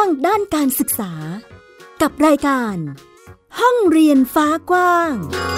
างด้านการศึกษากับรายการห้องเรียนฟ้ากว้าง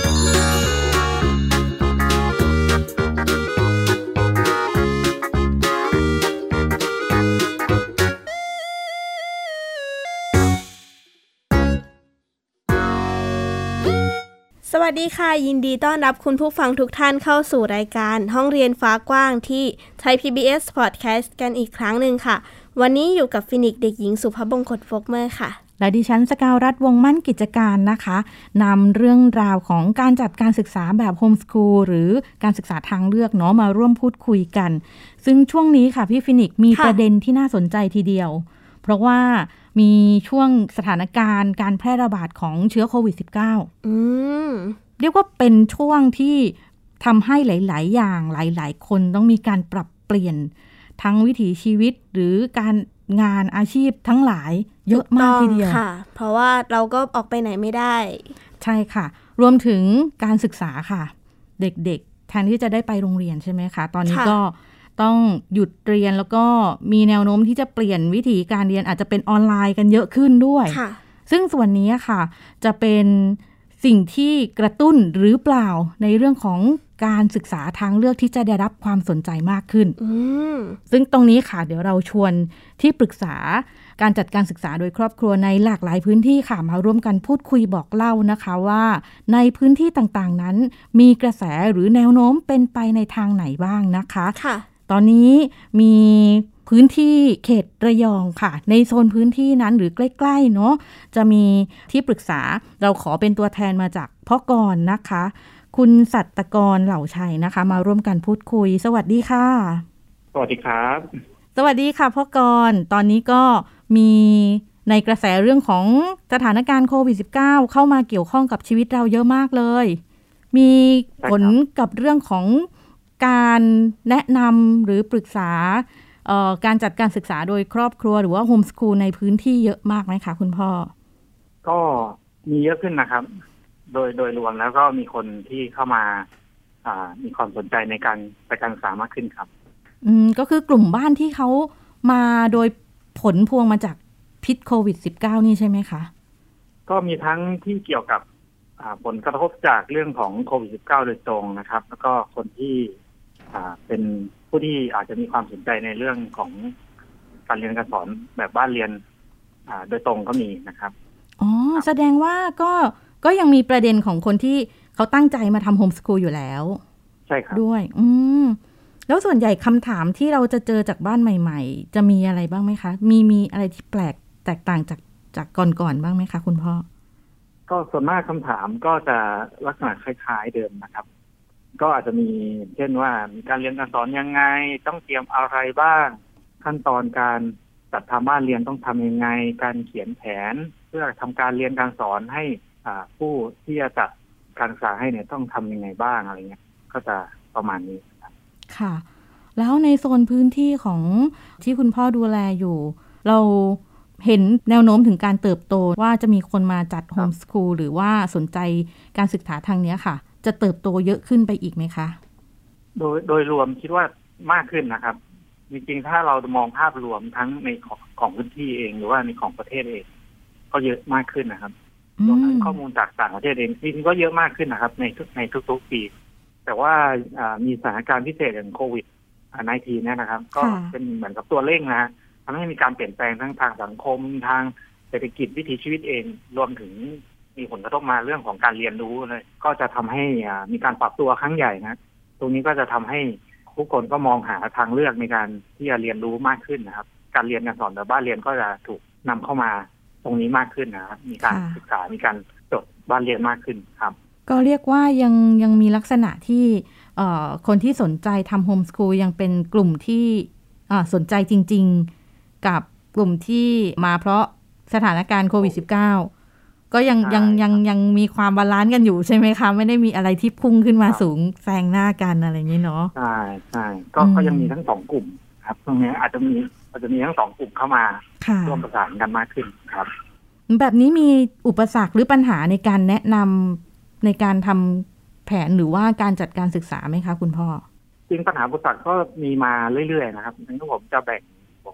สวัสดีค่ะยินดีต้อนรับคุณผู้ฟังทุกท่านเข้าสู่รายการห้องเรียนฟ้ากว้างที่ Thai PBS Podcast กันอีกครั้งหนึ่งค่ะวันนี้อยู่กับฟินิกซ์เด็กหญิงสุภบงกตโฟกเมอร์ค่ะและดิฉันสกาวรัตน์วงมั่นกิจการนะคะนำเรื่องราวของการจัดการศึกษาแบบโฮมสคูลหรือการศึกษาทางเลือกเนาะมาร่วมพูดคุยกันซึ่งช่วงนี้ค่ะพี่ฟินิกซ์มีประเด็นที่น่าสนใจทีเดียวเพราะว่ามีช่วงสถานการณ์การแพร่ระบาดของเชื้อโควิด -19 เรียกว่าเป็นช่วงที่ทำให้หลายๆอย่างหลายๆคนต้องมีการปรับเปลี่ยนทั้งวิถีชีวิตหรือการงานอาชีพทั้งหลายเยอะมากทีเดียวค่ะเพราะว่าเราก็ออกไปไหนไม่ได้ใช่ค่ะรวมถึงการศึกษาค่ะเด็กๆแทนที่จะได้ไปโรงเรียนใช่ไหมคะตอนนี้ก็ต้องหยุดเรียนแล้วก็มีแนวโน้มที่จะเปลี่ยนวิธีการเรียนอาจจะเป็นออนไลน์กันเยอะขึ้นด้วยซึ่งส่วนนี้ค่ะจะเป็นสิ่งที่กระตุ้นหรือเปล่าในเรื่องของการศึกษาทางเลือกที่จะได้รับความสนใจมากขึ้นซึ่งตรงนี้ค่ะเดี๋ยวเราชวนที่ปรึกษาการจัดการศึกษาโดยครอบครัวในหลากหลายพื้นที่ค่ะมาร่วมกันพูดคุยบอกเล่านะคะว่าในพื้นที่ต่างๆนั้นมีกระแสหรือแนวโน้มเป็นไปในทางไหนบ้างนะคะตอนนี้มีพื้นที่เขตระยองค่ะในโซนพื้นที่นั้นหรือใกล้ๆเนาะจะมีที่ปรึกษาเราขอเป็นตัวแทนมาจากพ่อกรนะคะคุณสัตตกรเหล่าชัยนะคะมาร่วมกันพูดคุยสวัสดีค่ะสวัสดีครับสวัสดีค่ะพ่อกรตอนนี้ก็มีในกระแสเรื่องของสถานการณ์โควิด -19 เข้ามาเกี่ยวข้องกับชีวิตเราเยอะมากเลยมีผลกับเรื่องของการแนะนำหรือปรึกษาการจัดการศึกษาโดยครอบครัวหรือว่าโฮมสคูลในพื้นที่เยอะมากไหมคะคุณพ่อก็มีเยอะขึ้นนะครับโดยรวมแล้วก็มีคนที่เข้ามามีความสนใจในการจัดการศึกษามากขึ้นครับก็คือกลุ่มบ้านที่เขามาโดยผลพวงมาจากพิษโควิด -19 นี่ใช่ไหมคะก็มีทั้งที่เกี่ยวกับผลกระทบจากเรื่องของโควิด -19 โดยตรงนะครับแล้วก็คนที่เป็นผู้ที่อาจจะมีความสนใจในเรื่องของการเรียนการสอนแบบบ้านเรียนโดยตรงก็มีนะครับอ๋อแสดงว่าก็ยังมีประเด็นของคนที่เขาตั้งใจมาทำโฮมสคูลอยู่แล้วใช่ครับด้วยแล้วส่วนใหญ่คำถามที่เราจะเจอจากบ้านใหม่ๆจะมีอะไรบ้างไหมคะมีอะไรที่แปลกแตกต่างจากก่อนบ้างไหมคะคุณพ่อก็ส่วนมากคำถามก็จะลักษณะคล้ายๆเดิมนะครับก็อาจจะมีเช่นว่ามีการเรียนการสอนยังไงต้องเตรียมอะไรบ้างขั้นตอนการจัดทำบ้านเรียนต้องทำยังไงการเขียนแผนเพื่อทำการเรียนการสอนให้ผู้ที่จะจัดการศึกษาให้เนี่ยต้องทำยังไงบ้างอะไรเงี้ยก็จะประมาณนี้ค่ะแล้วในโซนพื้นที่ของที่คุณพ่อดูแลอยู่เราเห็นแนวโน้มถึงการเติบโตว่าจะมีคนมาจัดโฮมสคูลหรือว่าสนใจการศึกษาทางนี้ค่ะจะเติบโตเยอะขึ้นไปอีกไหมคะโดยรวมคิดว่ามากขึ้นนะครับจริงๆถ้าเรามองภาพรวมทั้งในของพื้นที่เองหรือว่าในของประเทศเองก็เยอะมากขึ้นนะครับรวมทั้งข้อมูลจากต่างประเทศเองจริงๆก็เยอะมากขึ้นนะครับในทุกๆปีแต่ว่ามีสถานการณ์พิเศษอย่างโควิด-19 เนี่ยนะครับก็เป็นเหมือนกับตัวเร่งนะทำให้มีการเปลี่ยนแปลงทั้งทางสังคมทางเศรษฐกิจวิถีชีวิตเองรวมถึงมีผลกระทบมาเรื่องของการเรียนรู้เลยก็จะทำให้มีการปรับตัวครั้งใหญ่นะตรงนี้ก็จะทำให้ทุกคนก็มองหาทางเลือกในการที่จะเรียนรู้มากขึ้นนะครับการเรียนการสอนแบบบ้านเรียนก็จะถูกนำเข้ามาตรงนี้มากขึ้นนะครับมีการศึกษามีการจดบ้านเรียนมากขึ้นครับก็เรียกว่ายังมีลักษณะที่คนที่สนใจทำโฮมสคูลยังเป็นกลุ่มที่สนใจจริงๆกับกลุ่มที่มาเพราะสถานการณ์โควิด -19 ก็ยังมีความบาลานซ์กันอยู่ใช่ไหมคะไม่ได้มีอะไรที่พุ่งขึ้นมาสูงแซงหน้ากันอะไรอย่างนี้เนาะใช่ก็ยังมีทั้งสองกลุ่มครับตรงนี้อาจจะมีทั้งสองกลุ่มเข้ามาร่วมประสานกันมากขึ้นครับแบบนี้มีอุปสรรคหรือปัญหาในการแนะนำในการทำแผนหรือว่าการจัดการศึกษาไหมคะคุณพ่อจริงปัญหาอุปสรรคก็มีมาเรื่อยๆนะครับงั้นผมจะแบ่งบอก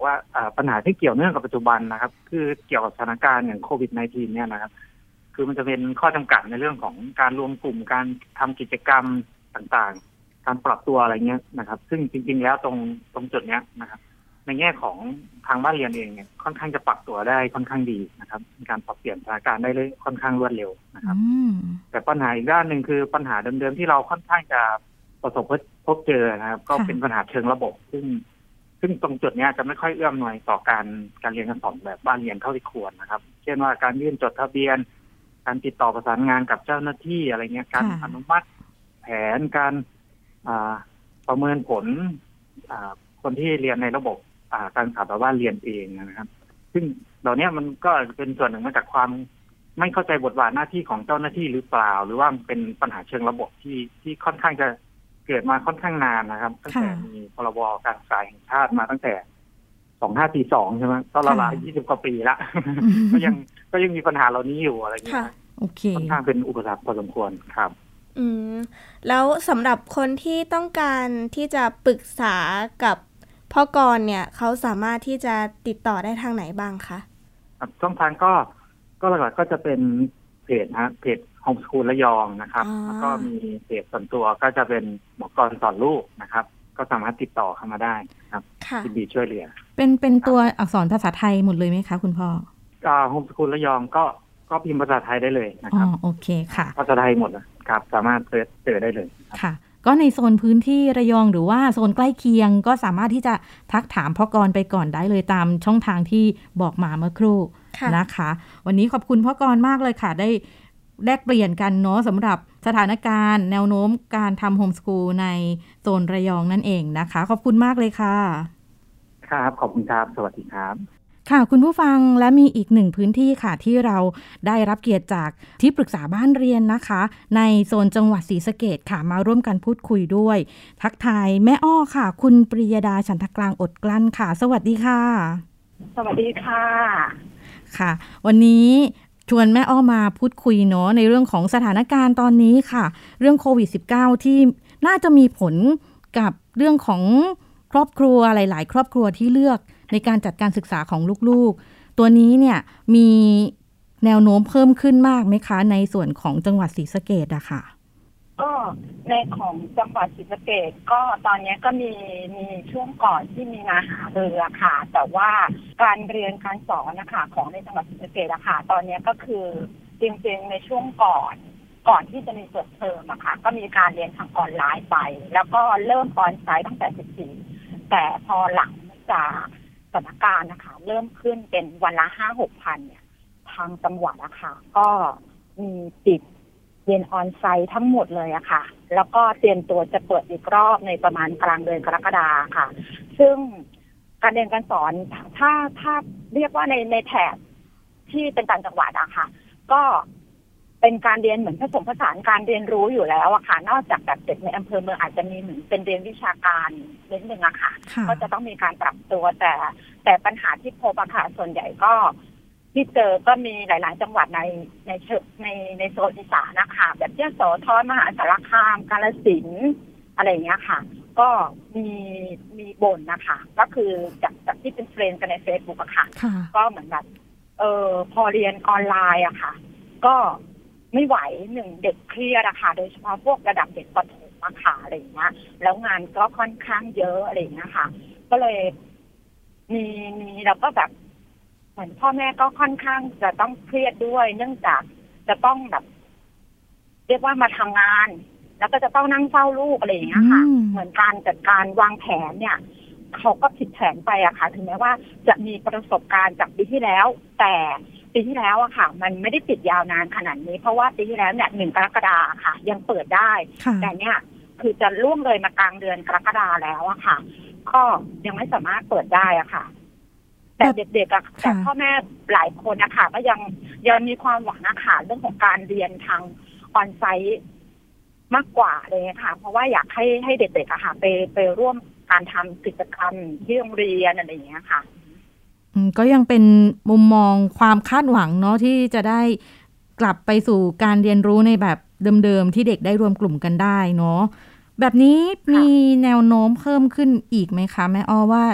ว่าปัญหาที่เกี่ยวเนื่องกับปัจจุบันนะครับคือเกี่ยวกับสถานการณ์อย่างโควิด -19 เนี่ยนะครับคือมันจะเป็นข้อจำกัดในเรื่องของการรวมกลุ่มการทำกิจกรรมต่างๆการปรับตัวอะไรเงี้ยนะครับซึ่งจริงๆแล้วตรงจุดเนี้ยนะครับในแง่ของทางบ้านเรียนเองเนี่ยค่อนข้างจะปรับตัวได้ค่อนข้างดีนะครับในการปรับเปลี่ยนสถานการณ์ได้เลยค่อนข้างรวดเร็วนะครับแต่ปัญหาอีกด้านหนึ่งคือปัญหาเดิมๆที่เราค่อนข้างจะประสบพบเจอนะครับก็เป็นปัญหาเชิงระบบซึ่งตรงจุดนี้จะไม่ค่อยเอื้อมหน่วยต่อการเรียนการสอนแบบบ้านเรียนเท่าที่ควรนะครับเช่นว่าการยื่นจดทะเบียนการติดต่อประสานงานกับเจ้าหน้าที่อะไรเงี้ยการอนุมัติแผนการประเมินผลคนที่เรียนในระบบการศึกษาแบบบ้านเรียนเองนะครับซึ่งเหล่านี้มันก็เป็นส่วนหนึ่งมาจากความไม่เข้าใจบทบาทหน้าที่ของเจ้าหน้าที่หรือเปล่าหรือว่าเป็นปัญหาเชิงระบบที่ค่อนข้างจะเกิดมาค่อนข้างนานนะครับตั้งแต่มีพรบการศึกษาแห่งชาติมาตั้งแต่2542ใช่ไหมก็ราวๆ20 กว่าปีละ ก็ยังมีปัญหาเหล่านี้อยู่อะไรอย่างเงี้ยค่อนข้างเป็นอุปสรรคพอสมควรครับแล้วสำหรับคนที่ต้องการที่จะปรึกษากับพ่อกรเนี่ยเขาสามารถที่จะติดต่อได้ทางไหนบ้างคะช่องทางก็หลักๆก็จะเป็นเพจเพจโฮมสคูลระยองนะครับแล้วก็มีเพจส่วนตัวก็จะเป็นหมอกรสอนลูกนะครับก็สามารถติดต่อเข้ามาได้ครับยินดีช่วยเหลือเป็นตัวอักษรภาษาไทยหมดเลยไหมคะคุณพ่อโฮมสคูลระยองก็พิมพ์ภาษาไทยได้เลยนะครับโอเคค่ะภาษาไทยหมดนะครับสามารถเจอได้เลยค่ะก็ในโซนพื้นที่ระยองหรือว่าโซนใกล้เคียงก็สามารถที่จะทักถามพ่อกรไปก่อนได้เลยตามช่องทางที่บอกมาเมื่อครู่นะคะวันนี้ขอบคุณพ่อกรมากเลยค่ะได้แลกเปลี่ยนกันเนาะสำหรับสถานการณ์แนวโน้มการทำโฮมสคูลในโซนระยองนั่นเองนะคะขอบคุณมากเลยค่ะครับขอบคุณครับสวัสดีครับค่ะคุณผู้ฟังและมีอีกหนึ่งพื้นที่ค่ะที่เราได้รับเกียรติจากที่ปรึกษาบ้านเรียนนะคะในโซนจังหวัดศรีสะเกษค่ะมาร่วมกันพูดคุยด้วยทักทายแม่อ้อค่ะคุณปริยดาฉันทกลางอดกลั้นค่ะสวัสดีค่ะสวัสดีค่ะค่ะวันนี้ชวนแม่อ้อมาพูดคุยเนาะในเรื่องของสถานการณ์ตอนนี้ค่ะเรื่องโควิด -19 ที่น่าจะมีผลกับเรื่องของครอบครัวหลายๆครอบครัวที่เลือกในการจัดการศึกษาของลูกๆตัวนี้เนี่ยมีแนวโน้มเพิ่มขึ้นมากไหมคะในส่วนของจังหวัดศรีสะเกษอะค่ะก็ในของจังหวัดศรีสะเกษก็ตอนนี้ก็มีช่วงก่อนที่มีงานหารือค่ะแต่ว่าการเรียนการสอนนะคะของในจังหวัดศรีสะเกษอะค่ะตอนนี้ก็คือจริงๆในช่วงก่อนที่จะมีเปิดเทอมอะค่ะก็มีการเรียนทางออนไลน์ไปแล้วก็เริ่มออนไซต์ตั้งแต่14แต่พอหลังจากสถานการณ์นะคะเริ่มขึ้นเป็นวันละ 5-6 พันเนี่ยทางจังหวัดอะค่ะก็มีปิดเรียนออนไซต์ทั้งหมดเลยอะค่ะแล้วก็เตรียมตัวจะเปิดอีกรอบในประมาณกลางเดือนกรกฎาคมค่ะซึ่งการเรียนการสอนถ้าเรียกว่าในแถบที่เป็นต่างจังหวัดอะค่ะก็เป็นการเรียนเหมือนผสมผสานการเรียนรู้อยู่แล้วอะค่ะนอกจากแบบเด็กในอำเภอเมืองอาจจะมีเหมือนเป็นเรียนวิชาการนิดนึงอะค่ะก็จะต้องมีการปรับตัวแต่ปัญหาที่พบอะค่ะส่วนใหญ่ก็ที่เจอก็มีหลายๆจังหวัดในโซนอีสานนะคะแบบยโสธรมหาสารคามกาฬสินธุ์อะไรอย่างเงี้ยค่ะก็มีบ่นนะคะก็คือจากที่เป็นเฟรนด์กันใน Facebook อะค่ะก็เหมือนแบบพอเรียนออนไลน์อะค่ะก็ไม่ไหวหนึ่งเด็กเครียดอะค่ะโดยเฉพาะพวกระดับเด็กประถมอะค่ะอะไรอย่างเงี้ยแล้วงานก็ค่อนข้างเยอะอะไรอย่างเงี้ยค่ะก็เลยมีแล้วก็แบบเหมือนพ่อแม่ก็ค่อนข้างจะต้องเครียดด้วยเนื่องจากจะต้องแบบเรียกว่ามาทำงานแล้วก็จะต้องนั่งเฝ้าลูกอะไรอย่างเงี้ยค่ะเหมือนการจัดการวางแผนเนี่ยเขาก็ผิดแผนไปอะค่ะถึงแม้ว่าจะมีประสบการณ์จากปีที่แล้วแต่ปีที่แล้วอะค่ะมันไม่ได้ปิดยาวนานขนาดนี้เพราะว่าปีที่แล้วเนี่ย1 กรกฎาคมค่ะยังเปิดได้แต่เนี่ยคือจะล่วงเลยมากลางเดือนกรกฎาแล้วอะค่ะก็ยังไม่สามารถเปิดได้อะค่ะแต่เด็กๆอะแต่พ่อแม่หลายคนนะคะก็ยังมีความหวังนะคะเรื่องของการเรียนทางออนไซต์มากกว่าเลยค่ะเพราะว่าอยากให้เด็กๆอะค่ะไปร่วมการทำกิจกรรมที่โรงเรียนอะไรอย่างเงี้ยค่ะก็ยังเป็นมุมมองความคาดหวังเนาะที่จะได้กลับไปสู่การเรียนรู้ในแบบเดิมๆที่เด็กได้รวมกลุ่มกันได้เนาะแบบนี้มีแนวโน้มเพิ่มขึ้นอีกไหมคะแม่อ้อว่า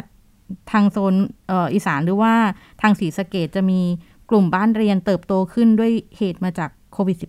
ทางโซนอีสานหรือว่าทางศรีสะเกษจะมีกลุ่มบ้านเรียนเติบโตขึ้นด้วยเหตุมาจากโควิด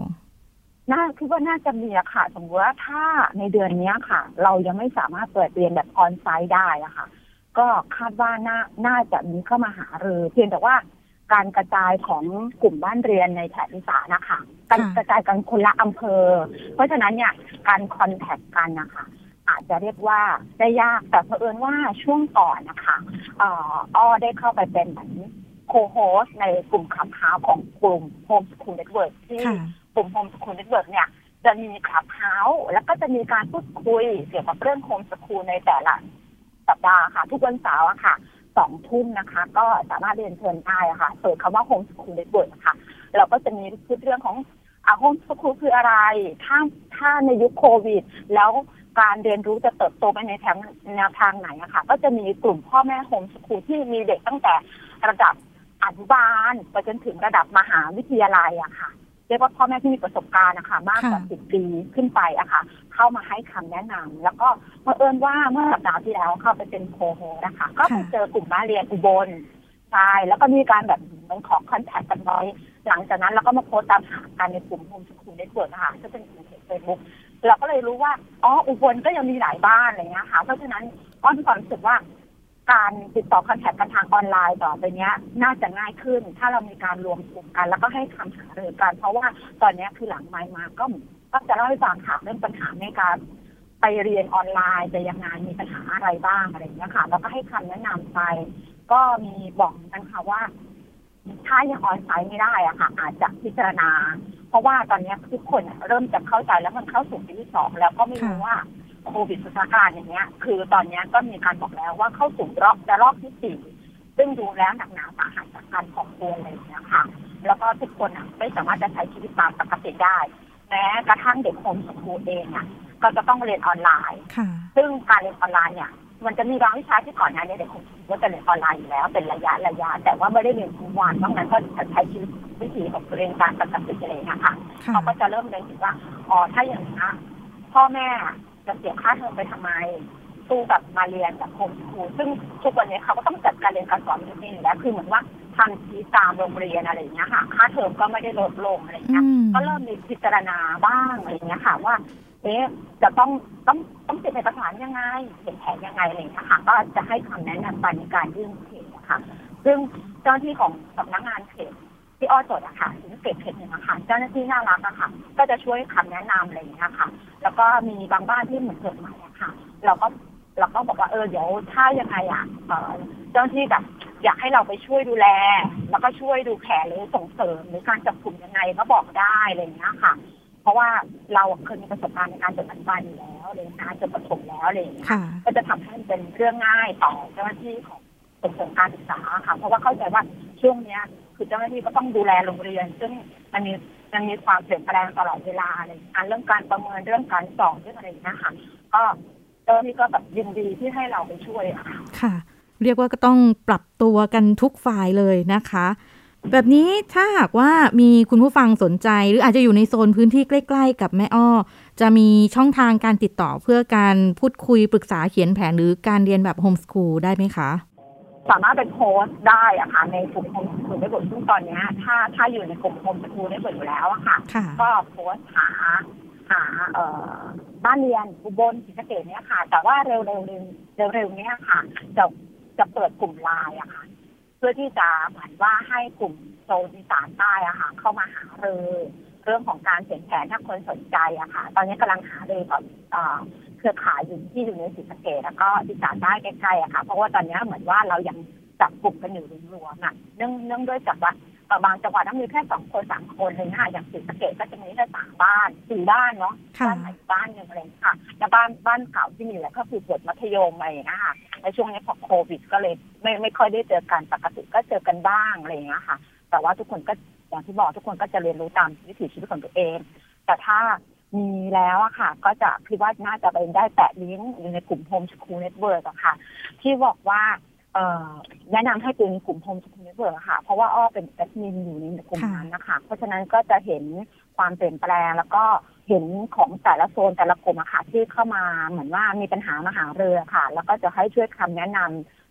-19 คิดว่าน่าจะมีค่ะสมมติว่าถ้าในเดือนนี้ค่ะเรายังไม่สามารถเปิดเรียนแบบออนไซต์ได้อะค่ะก็คาดว่าน่าจะมีเข้ามาหารือเพียงแต่ว่าการกระจายของกลุ่มบ้านเรียนในแถบอีสานนะคะการกระจายกันคนละอำเภอเพราะฉะนั้นเนี่ยการคอนแทคกันนะคะอาจจะเรียกว่าได้ยากแต่เผอิญว่าช่วงก่อนนะคะอ้อได้เข้าไปเป็นเหมือนโคโฮสในกลุ่มขับเฮาส์ของกลุ่ม Home School Network ที่กลุ่ม Home School Network เนี่ยจะมีขับเฮาส์แล้วก็จะมีการพูดคุยเกี่ยวกับเรื่อง Home School ในแต่ละสัปดาห์ค่ะทุกวันเสาร์ค่ะ2 ทุ่มนะคะก็สามารถเรียนเชิญได้ค่ะเปิดคำว่า Home School Network ค่ะเราก็จะมีเรื่องของHome School คืออะไรถ้าในยุคโควิดแล้วการเรียนรู้จะเติบโตไปในแนวทางไหนอะค่ะก็จะมีกลุ่มพ่อแม่โฮมสคูลที่มีเด็กตั้งแต่ระดับอนุบาลไปจนถึงระดับมหาวิทยาลัยอะค่ะเรียกว่าพ่อแม่ที่มีประสบการณ์นะคะมากกว่า10 ปีขึ้นไปอะค่ะเข้ามาให้คำแนะนำแล้วก็เมื่อสัปดาห์ที่แล้วเข้าไปเป็นโคโฮสนะคะก็ไปเจอกลุ่มบ้านเรียนอุบลใช่แล้วก็มีการแบบเหมือนขอคอนแทคกันไว้หลังจากนั้นเราก็มาโพสต์ตามหากันในกลุ่มโฮมสคูลเน็ตเวิร์คนะคะซึ่งเป็นกลุ่มเฟซบุ๊กเราก็เลยรู้ว่าอุบลก็ยังมีหลายบ้านอะไรเงี้ยค่ะเพราะฉะนั้นอ้อมีความรู้สึกว่าการติดต่อคอนแทคกันทางออนไลน์ต่อไปเนี้ยน่าจะง่ายขึ้นถ้าเรามีการรวมกลุ่มกันแล้วก็ให้คำหารือกันเพราะว่าตอนนี้คือหลังไมค์มาก็จะเล่าให้ฟังค่ะเรื่องปัญหาในการไปเรียนออนไลน์จะยังไงมีปัญหาอะไรบ้างอะไรเงี้ยค่ะแล้วก็ให้คำแนะนำไปก็มีบอกกันค่ะว่าถ้ายังออนไลน์ไม่ได้อะค่ะอาจจะพิจารณาเพราะว่าตอนนี้ทุกคนเริ่มจะเข้าใจแล้วมันเข้าสู่ปีที่2แล้วก็ไม่รู้ว่าโควิดสถานการณ์อย่างเงี้ยคือตอนนี้ก็มีการบอกแล้วว่าเข้าสู่รอบที่4ซึ่งดูแล้วหนักหนาสาหัสจากการของตัวอะไรอย่างเงี้ยค่ะแล้วก็ทุกคนไม่สามารถจะใช้ชีวิตตามปกติได้แม้กระทั่งเด็กโฮมสคูลเองก็จะต้องเรียนออนไลน์ซึ่งการเรียนออนไลน์เนี่ยมันจะมีบางวิชาที่ก่อนหน้านี้เด็กคงคิดว่าจะเรียนออนไลน์อยู่แล้วเป็นระยะแต่ว่าไม่ได้เรียนทุกวันเพราะงั้นก็ใช้ชีวิตวิถีของตัวเองตามปกติเลยนะคะเขาก็จะเริ่มเรียนถึงว่าถ้าอย่างนี้พ่อแม่จะเสียค่าเทอมไปทำไมตู้แบบมาเรียนแบบโฮมสคูลซึ่งทุกวันนี้เขาก็ต้องจัดการเรียนการสอนอยู่นี่แล้วคือเหมือนว่าทำทีตามโรงเรียนอะไรอย่างเงี้ยค่ะค่าเทอมก็ไม่ได้ลดลงอะไรอย่างเงี้ยก็เริ่มมีพิจารณาบ้างอะไรอย่างเงี้ยค่ะว่าจะต้องติดเอกสารยังไงเขียนแผนยังไงอะไรอย่างเงี้ยค่ะก็จะให้คำแนะนำไปในการยื่นเขตค่ะซึ่งเจ้าหน้าที่ของสำนักงานเขตที่อ้อจดอะค่ะถึงเขตหนึ่งอะค่ะเจ้าหน้าที่น่ารักอะค่ะก็จะช่วยคำแนะนำอะไรอย่างเงี้ยค่ะแล้วก็มีบางบ้านที่เหมือนเกิดใหม่อะค่ะเราก็บอกว่าเดี๋ยวถ้ายังไงอะเจ้าหน้าที่แบบอยากให้เราไปช่วยดูแลแล้วก็ช่วยดูแผนหรือส่งเสริมหรือการจับกลุ่มยังไงก็บอกได้อะไรอย่างเงี้ยค่ะเพราะว่าเราเคยมีประสบการณ์ในการจดอนุบาลอยู่แล้วเลยนะจดประถมแล้วอะไรอย่างเงี้ยก็จะทำให้มันเป็นเรื่องง่ายต่อเจ้าหน้าที่ของส่งเสริมการศึกษาค่ะเพราะว่าเข้าใจว่าช่วงนี้คือเจ้าหน้าที่ก็ต้องดูแลโรงเรียนซึ่งมันมีความเปลี่ยนแปลงตลอดเวลาอะไรเรื่องการประเมินเรื่องการสอบเรื่องอะไรนะคะก็เจ้าหน้าที่ก็แบบยินดีที่ให้เราไปช่วยค่ะเรียกว่าก็ต้องปรับตัวกันทุกฝ่ายเลยนะคะแบบนี้ถ้าหากว่ามีคุณผู้ฟังสนใจหรืออาจจะอยู่ในโซนพื้นที่ใกล้ๆกับแม่อ้อจะมีช่องทางการติดต่อเพื่อการพูดคุยปรึกษาเขียนแผนหรือการเรียนแบบโฮมสคูลได้ไหมคะสามารถเป็นโพสต์ได้อะค่ะในกลุ่มโฮมสคูลได้หมดซึ่งตอนนี้ถ้าอยู่ในกลุ่มโฮมสคูลได้หมดอยู่แล้วอะค่ะก็โพสต์หาบ้านเรียนอุบลศรีสะเกษเนี่ยค่ะแต่ว่าเร็วๆนี้ค่ะจะเปิดกลุ่มไลน์อะค่ะเพื่อที่จะเหมือนว่าให้กลุ่มโซนอีสานใต้อะค่ะเข้ามาหาเรื่องของการเขียนแผนถ้าคนสนใจอะค่ะตอนนี้กำลังหากับเครือข่ายอยู่ในศรีสะเกษแล้วก็อีสานใต้ใกล้ๆอะค่ะเพราะว่าตอนนี้เหมือนว่าเรายังจับกลุ่มกันอยู่รวมๆเนื่องด้วยจากว่าบางจังหวัดต้องมีแค่2 คน 3 คนเลยนะคะอย่างศรีสะเกษก็จะมีแค่3 บ้าน4 บ้านเนาะบ้านใหม่บ้านนึงอะไรค่ะแล้วบ้านเก่าที่มีแล้วก็คือเด็กมัธยมอะไรนะคะในช่วงนี้พอโควิดก็เลยไม่ค่อยได้เจอกันปกติก็เจอกันบ้างอะไรอย่างเงี้ยค่ะแต่ว่าทุกคนก็อย่างที่บอกทุกคนก็จะเรียนรู้ตามวิถีชีวิตของตัวเองแต่ถ้ามีแล้วอะค่ะก็จะคิดว่าน่าจะไปได้แตะลิงก์อยู่ในกลุ่ม Home School Network อะค่ะที่บอกว่าแนะนำให้เป็นกลุ่ม Home School Network ค่ะเพราะว่าอ้อเป็นแอดมินอยู่ในกลุ่มนั้นนะคะเพราะฉะนั้นก็จะเห็นความเปลี่ยนแปลงแล้วก็เห็นของแต่ละโซนแต่ละกลุ่มอะค่ะที่เข้ามาเหมือนว่ามีปัญหามาหารือค่ะแล้วก็จะให้ช่วยคำแนะนำ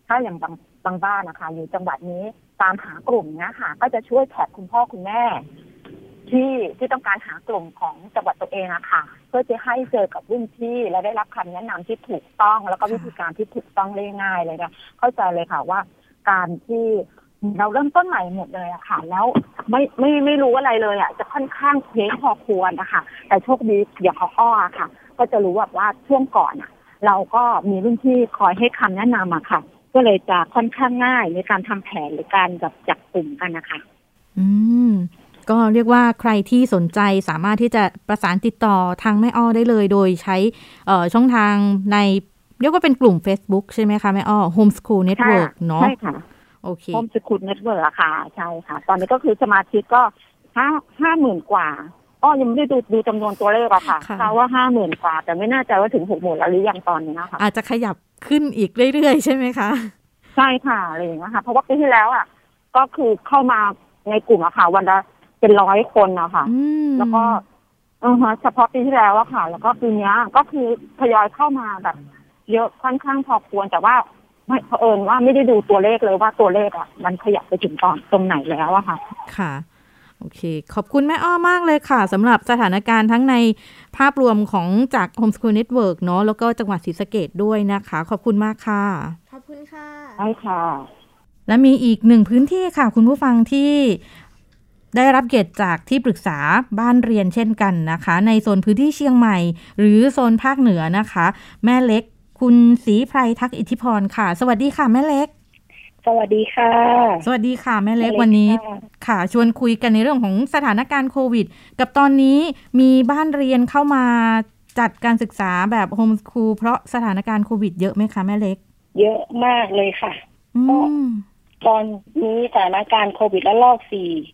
ถ้าอย่างบางบ้านนะคะอยู่จังหวัดนี้ตามหากลุ่มเนี้ยค่ะก็จะช่วยแท็กคุณพ่อคุณแม่ที่ต้องการหากลุ่มของจังหวัดตัวเองอะค่ะเพื่อจะให้เจอกับรุ่นพี่และได้รับคำแนะนำที่ถูกต้องแล้วก็วิธีการที่ถูกต้องได้ง่ายเลยนะเข้าใจเลยค่ะว่าการที่เราเริ่มต้นใหม่หมดเลยอะค่ะแล้วไม่รู้อะไรเลยอะจะค่อนข้างเทคพอควรนะคะแต่โชคดีอย่างของอ้อค่ะก็จะรู้ว่าช่วงก่อนอะเราก็มีรุ่นพี่คอยให้คำแนะนำอะค่ะก็เลยจะค่อนข้างง่ายในการทำแผนหรือการจับกลุ่มกันนะคะก็เรียกว่าใครที่สนใจสามารถที่จะประสานติดต่อทางแม่อ้อได้เลยโดยใช้ช่องทางในเรียกว่าเป็นกลุ่ม Facebook ใช่ไหมคะแม่อ้อ Homeschool Network เนาะใช่ค่ะโอเค Homeschool Network อะค่ะใช่ค่ะตอนนี้ก็คือสมาชิกก็50,000 กว่าอ้อยังไม่ได้ดูจำนวนตัวเลขอะค่ะเขาว่า 50,000 กว่าแต่ไม่แน่ใจว่าถึง 60,000 แล้วหรือยังตอนนี้นะคะอาจจะขยับขึ้นอีกเรื่อยๆใช่ไหมคะใช่ค่ะอะไรอย่างเงี้ยค่ะเพราะว่าปีที่แล้วอะก็คือเข้ามาในกลุ่มอะค่ะวันละเป็น100 คนนะคะแล้วก็เฉพาะปีที่แล้วอะค่ะแล้วก็ปีนี้ก็คือทยอยเข้ามาแบบเยอะค่อนข้างพอควรแต่ว่าไม่เผอิญว่าไม่ได้ดูตัวเลขเลยว่าตัวเลขอะมันขยับไปถึงตรงไหนแล้วอะค่ะค่ะโอเคขอบคุณแม่อ้อมากเลยค่ะสำหรับสถานการณ์ทั้งในภาพรวมของจาก Homeschool Network เนาะแล้วก็จังหวัดศรีสะเกษด้วยนะคะขอบคุณมากค่ะขอบคุณค่ะใช่ค่ะและมีอีกหนึ่งพื้นที่ค่ะคุณผู้ฟังที่ได้รับเกียรติจากที่ปรึกษาบ้านเรียนเช่นกันนะคะในโซนพื้นที่เชียงใหม่หรือโซนภาคเหนือนะคะแม่เล็กคุณศรีไพรทักอิทธิพรค่ะสวัสดีค่ะแม่เล็กสวัสดีค่ะสวัสดีค่ะแม่เล็กวันนี้ค่ะชวนคุยกันในเรื่องของสถานการณ์โควิดกับตอนนี้มีบ้านเรียนเข้ามาจัดการศึกษาแบบโฮมสคูลเพราะสถานการณ์โควิดเยอะไหมคะแม่เล็กเยอะมากเลยค่ะตอนนี้สถานการณ์โควิดและรอบ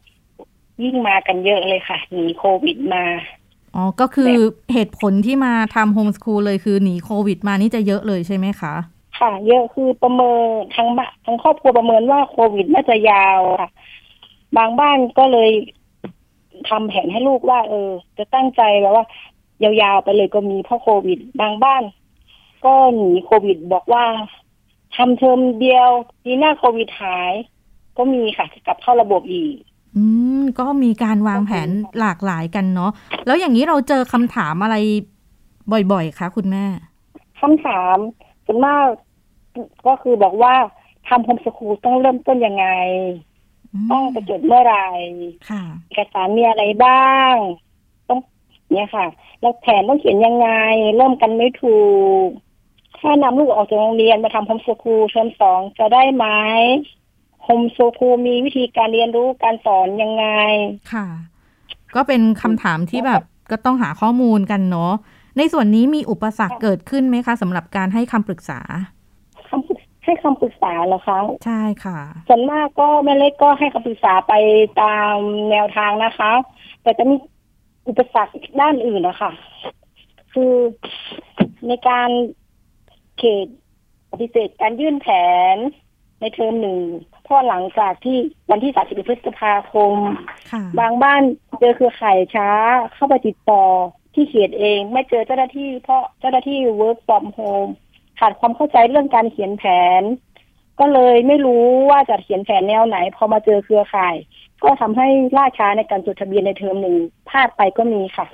4ยิ่งมากันเยอะเลยค่ะหนีโควิดมาก็คือเหตุผลที่มาทำโฮมสคูลเลยคือหนีโควิดมานี่จะเยอะเลยใช่ไหมคะค่ะเยอะคือประเมินทั้งครอบครัวประเมินว่าโควิดน่าจะยาวค่ะบางบ้านก็เลยทำแผนให้ลูกว่าจะตั้งใจแบบว่ายาวๆไปเลยก็มีเพราะโควิดบางบ้านก็หนีโควิดบอกว่าทำเทอมเดียวปีหน้าโควิดหายก็มีค่ะกลับเข้าระบบอีกก็มีการวางแผนหลากหลายกันเนาะแล้วอย่างนี้เราเจอคำถามอะไรบ่อยๆคะคุณแม่คำถามส่วนมากก็คือบอกว่าทำโฮมสคูลต้องเริ่มต้นยังไงต้องไปจดเมื่อไหร่เอกสารมีอะไรบ้างต้องเนี่ยค่ะแล้วแผนต้องเขียนยังไงเริ่มกันไม่ถูกถ้านำลูกออกจากโรงเรียนมาทำโฮมสคูลเทอม2จะได้ไหมโฮมสคูลมีวิธีการเรียนรู้การสอนยังไงค่ะก็เป็นคำถามที่แบบก็ต้องหาข้อมูลกันเนาะในส่วนนี้มีอุปสรรคเกิดขึ้นไหมคะสำหรับการให้คำปรึกษาให้คำปรึกษาเหรอคะใช่ค่ะส่วนมากก็แม่เล็กก็ให้คำปรึกษาไปตามแนวทางนะคะแต่จะมีอุปสรรคด้านอื่นนะคะคือในการเขตปฏิเสธการยื่นแผนในเทอม1เพราะหลังจากที่วันที่31 พฤษภาคมบางบ้านเจอเครือข่ายช้าเข้าไปติดต่อที่เขตเองไม่เจอเจ้าหน้าที่เพราะเจ้าหน้าที่ work from home ขาดความเข้าใจเรื่องการเขียนแผนก็เลยไม่รู้ว่าจะเขียนแผนแนวไหนพอมาเจอเครือข่ายก็ทำให้ล่าช้าในการจดทะเบียนในเทอม1พลาดไปก็มีค่ะ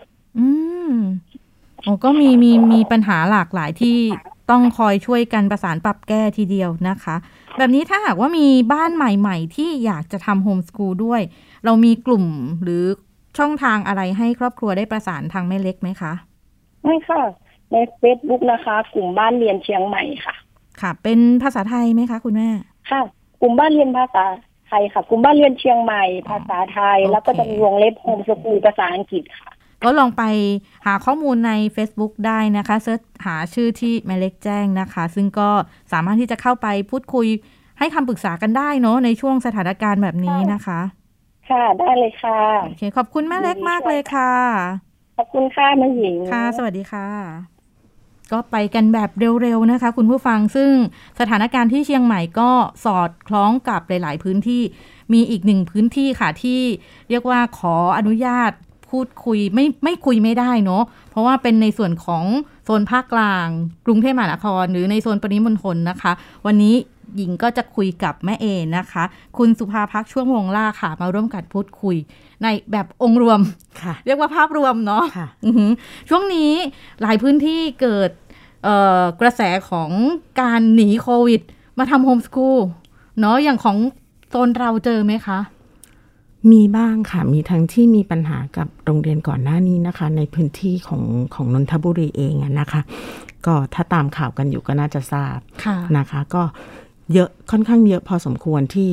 ก็มีปัญหาหลากหลายที่ต้องคอยช่วยกันประสานปรับแก้ทีเดียวนะคะแบบนี้ถ้าหากว่ามีบ้านใหม่ๆที่อยากจะทำโฮมสคูลด้วยเรามีกลุ่มหรือช่องทางอะไรให้ครอบครัวได้ประสานทางแม่เล็กไหมคะไม่ค่ะใน Facebook นะคะกลุ่มบ้านเรียนเชียงใหม่ค่ะค่ะเป็นภาษาไทยไหมคะคุณแม่ค่ะกลุ่มบ้านเรียนภาษาไทยค่ะกลุ่มบ้านเรียนเชียงใหม่ภาษาไทยแล้วก็จะมีวงเล็บโฮมสคูลภาษาอังกฤษค่ะก็ลองไปหาข้อมูลใน Facebook ได้นะคะเสิร์ชหาชื่อที่แม่เล็กแจ้งนะคะซึ่งก็สามารถที่จะเข้าไปพูดคุยให้คำปรึกษากันได้เนาะในช่วงสถานการณ์แบบนี้นะคะค่ะได้เลยค่ะโอเคขอบคุณแม่เล็กมากเลยค่ะขอบคุณค่ะแม่หญิงค่ะสวัสดีค่ะก็ไปกันแบบเร็วๆนะคะคุณผู้ฟังซึ่งสถานการณ์ที่เชียงใหม่ก็สอดคล้องกับหลายๆพื้นที่มีอีกหนึ่งพื้นที่ค่ะที่เรียกว่าขออนุญาตพูดคุยไม่คุยไม่ได้เนาะเพราะว่าเป็นในส่วนของโซนภาคกลางกรุงเทพมหานครหรือในโซนปริมณฑลนะคะวันนี้หญิงก็จะคุยกับแม่เอนะคะคุณสุภาภักดิ์ช่วงวงล่าค่ะมาร่วมกันพูดคุยในแบบองค์รวมเรียกว่าภาพรวมเนาะช่วงนี้หลายพื้นที่เกิดกระแสของการหนีโควิดมาทำโฮมสคูลเนาะอย่างของโซนเราเจอไหมคะมีบ้างค่ะมีทั้งที่มีปัญหากับโรงเรียนก่อนหน้านี้นะคะในพื้นที่ของนนทบุรีเองนะคะก็ถ้าตามข่าวกันอยู่ก็น่าจะทราบนะคะก็เยอะค่อนข้างเยอะพอสมควรที่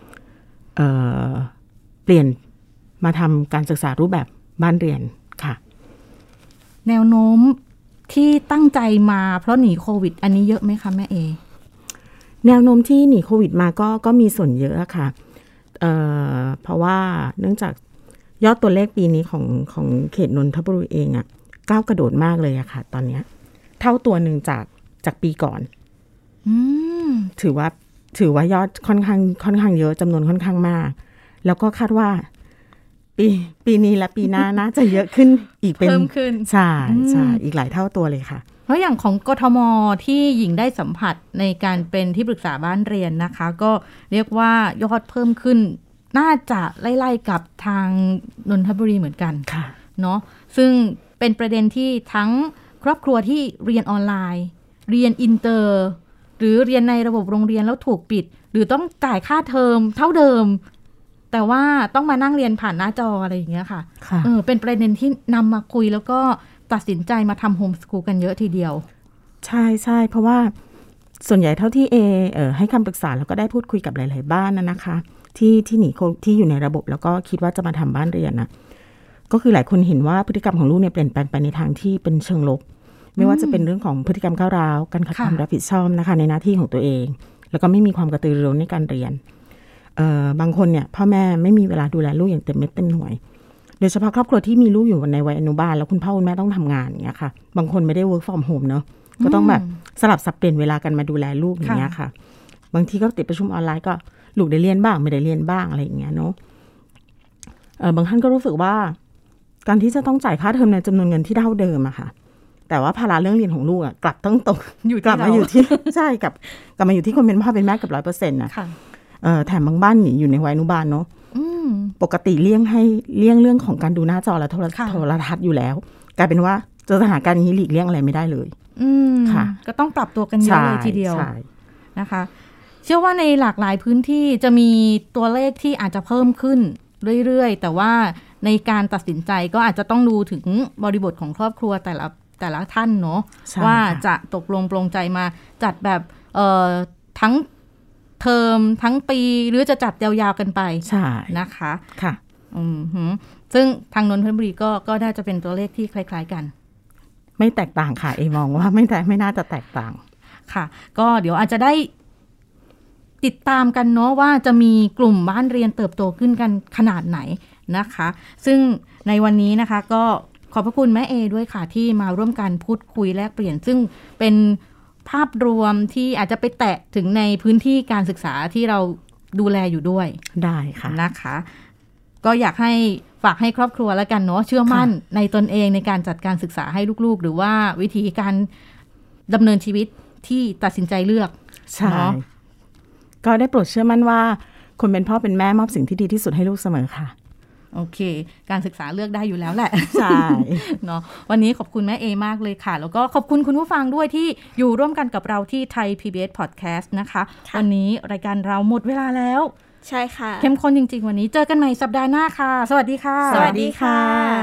เปลี่ยนมาทำการศึกษารูปแบบบ้านเรียนค่ะแนวโน้มที่ตั้งใจมาเพราะหนีโควิดอันนี้เยอะไหมคะแม่เอแนวโน้มที่หนีโควิดมาก็มีส่วนเยอะค่ะเพราะว่าเนื่องจากยอดตัวเลขปีนี้ของเขตนนทบุรีเองอ่ะก้าวกระโดดมากเลยอะค่ะตอนนี้เท่าตัวหนึ่งจากปีก่อนถือว่ายอดค่อนข้างเยอะจำนวนค่อนข้างมากแล้วก็คาดว่าปีนี้และปีหน้าน่าจะเยอะขึ้นอีกเป็นเพิ่มขึ้นใช่อีกหลายเท่าตัวเลยค่ะเพราะอย่างของกทม.ที่หญิงได้สัมผัสในการเป็นที่ปรึกษาบ้านเรียนนะคะก็เรียกว่ายอดเพิ่มขึ้นน่าจะไล่ๆกับทางนนทบุรีเหมือนกันเนาะซึ่งเป็นประเด็นที่ทั้งครอบครัวที่เรียนออนไลน์เรียนอินเตอร์หรือเรียนในระบบโรงเรียนแล้วถูกปิดหรือต้องจ่ายค่าเทอมเท่าเดิมแต่ว่าต้องมานั่งเรียนผ่านหน้าจออะไรอย่างเงี้ยค่ะเป็นประเด็นที่นำมาคุยแล้วก็ตัดสินใจมาทำโฮมสคูลกันเยอะทีเดียวใช่เพราะว่าส่วนใหญ่เท่าที่ให้คำปรึกษาแล้วก็ได้พูดคุยกับหลายๆบ้านนะคะที่หนีที่อยู่ในระบบแล้วก็คิดว่าจะมาทำบ้านเรียนนะก็คือหลายคนเห็นว่าพฤติกรรมของลูกเนี่ยเปลี่ยนแปลงไปในทางที่เป็นเชิงลบไม่ว่าจะเป็นเรื่องของพฤติกรรมก้าวร้าวการขาดความรับผิดชอบนะคะในหน้าที่ของตัวเองแล้วก็ไม่มีความกระตือรือร้นในการเรียนบางคนเนี่ยพ่อแม่ไม่มีเวลาดูแลลูกอย่างเต็มเม็ดเต็มหน่วยโดยเฉพาะครอบครัวที่มีลูกอยู่ในวัยอนุบาลแล้วคุณพ่อคุณแม่ต้องทำงานอย่างเงี้ยค่ะบางคนไม่ได้ work from home เนอะก็ต้องแบบสลับสับเปลี่ยนเวลากันมาดูแลลูกอย่างเงี้ยค่ะบางทีก็ติดประชุมออนไลน์ก็ลูกได้เรียนบ้างไม่ได้เรียนบ้างอะไรอย่างเงี้ยเนาะบางท่านก็รู้สึกว่าการที่จะต้องจ่ายค่าเทอมในจำนวนเงินที่เท่าเดิมอะค่ะแต่ว่าภาระเรื่องเรียนของลูกอะกลับต้องตกกลับมาอยู่ที่ใช่กลับมาอยู่ที่คนเป็นพ่อเป็นแม่กับ 100% นะแถมบางบ้านอยู่ในวัยอนุบาลเนาะปกติเลี่ยงเรื่องของการดูหน้าจอและโทรทัศน์อยู่แล้วกลายเป็นว่าเจอสถานการณ์นี้หลีกเลี่ยงอะไรไม่ได้เลยค่ะก็ต้องปรับตัวกันเยอะเลยทีเดียวนะคะเชื่อว่าในหลากหลายพื้นที่จะมีตัวเลขที่อาจจะเพิ่มขึ้นเรื่อยๆแต่ว่าในการตัดสินใจก็อาจจะต้องดูถึงบริบทของครอบครัวแต่ละท่านเนาะว่าจะตกลงปลงใจมาจัดแบบทั้งเทอมทั้งปีหรือจะจัดยาวๆกันไปนะคะค่ะซึ่งทางนนทบุรีก็น่าจะเป็นตัวเลขที่คล้ายๆกันไม่แตกต่างค่ะมองว่าไม่น่าจะแตกต่างค่ะก็เดี๋ยวอาจจะได้ติดตามกันเนาะว่าจะมีกลุ่มบ้านเรียนเติบโตขึ้นกันขนาดไหนนะคะซึ่งในวันนี้นะคะก็ขอบพระคุณแม่เอด้วยค่ะที่มาร่วมกันพูดคุยแลกเปลี่ยนซึ่งเป็นภาพรวมที่อาจจะไปแตะถึงในพื้นที่การศึกษาที่เราดูแลอยู่ด้วยได้ค่ะนะคะก็อยากให้ฝากให้ครอบครัวแล้วกันเนาะเชื่อมั่นในตนเองในการจัดการศึกษาให้ลูกๆหรือว่าวิธีการดำเนินชีวิตที่ตัดสินใจเลือกใช่ก็ได้โปรดเชื่อมั่นว่าคนเป็นพ่อเป็นแม่มอบสิ่งที่ดีที่สุดให้ลูกเสมอค่ะโอเคการศึกษาเลือกได้อยู่แล้วแหละใช่เนาะวันนี้ขอบคุณแม่เอมากเลยค่ะแล้วก็ขอบคุณคุณผู้ฟังด้วยที่อยู่ร่วมกันกับเราที่ไทย PBS Podcast นะคะวันนี้รายการเราหมดเวลาแล้วใช่ค่ะเข้มข้นจริงๆวันนี้เจอกันใหม่สัปดาห์หน้าค่ะสวัสดีค่ะสวัสดีค่ะ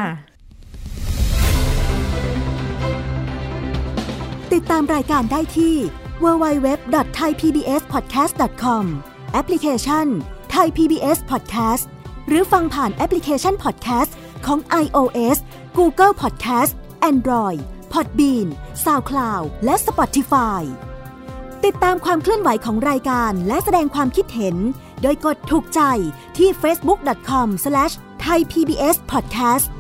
ติดตามรายการได้ที่ www.thaipbspodcast.com แอปพลิเคชัน Thai PBS Podcast หรือฟังผ่านแอปพลิเคชัน Podcast ของ iOS Google Podcast Android Podbean SoundCloud และ Spotify ติดตามความเคลื่อนไหวของรายการและแสดงความคิดเห็นโดยกดถูกใจที่ facebook.com/thaipbspodcast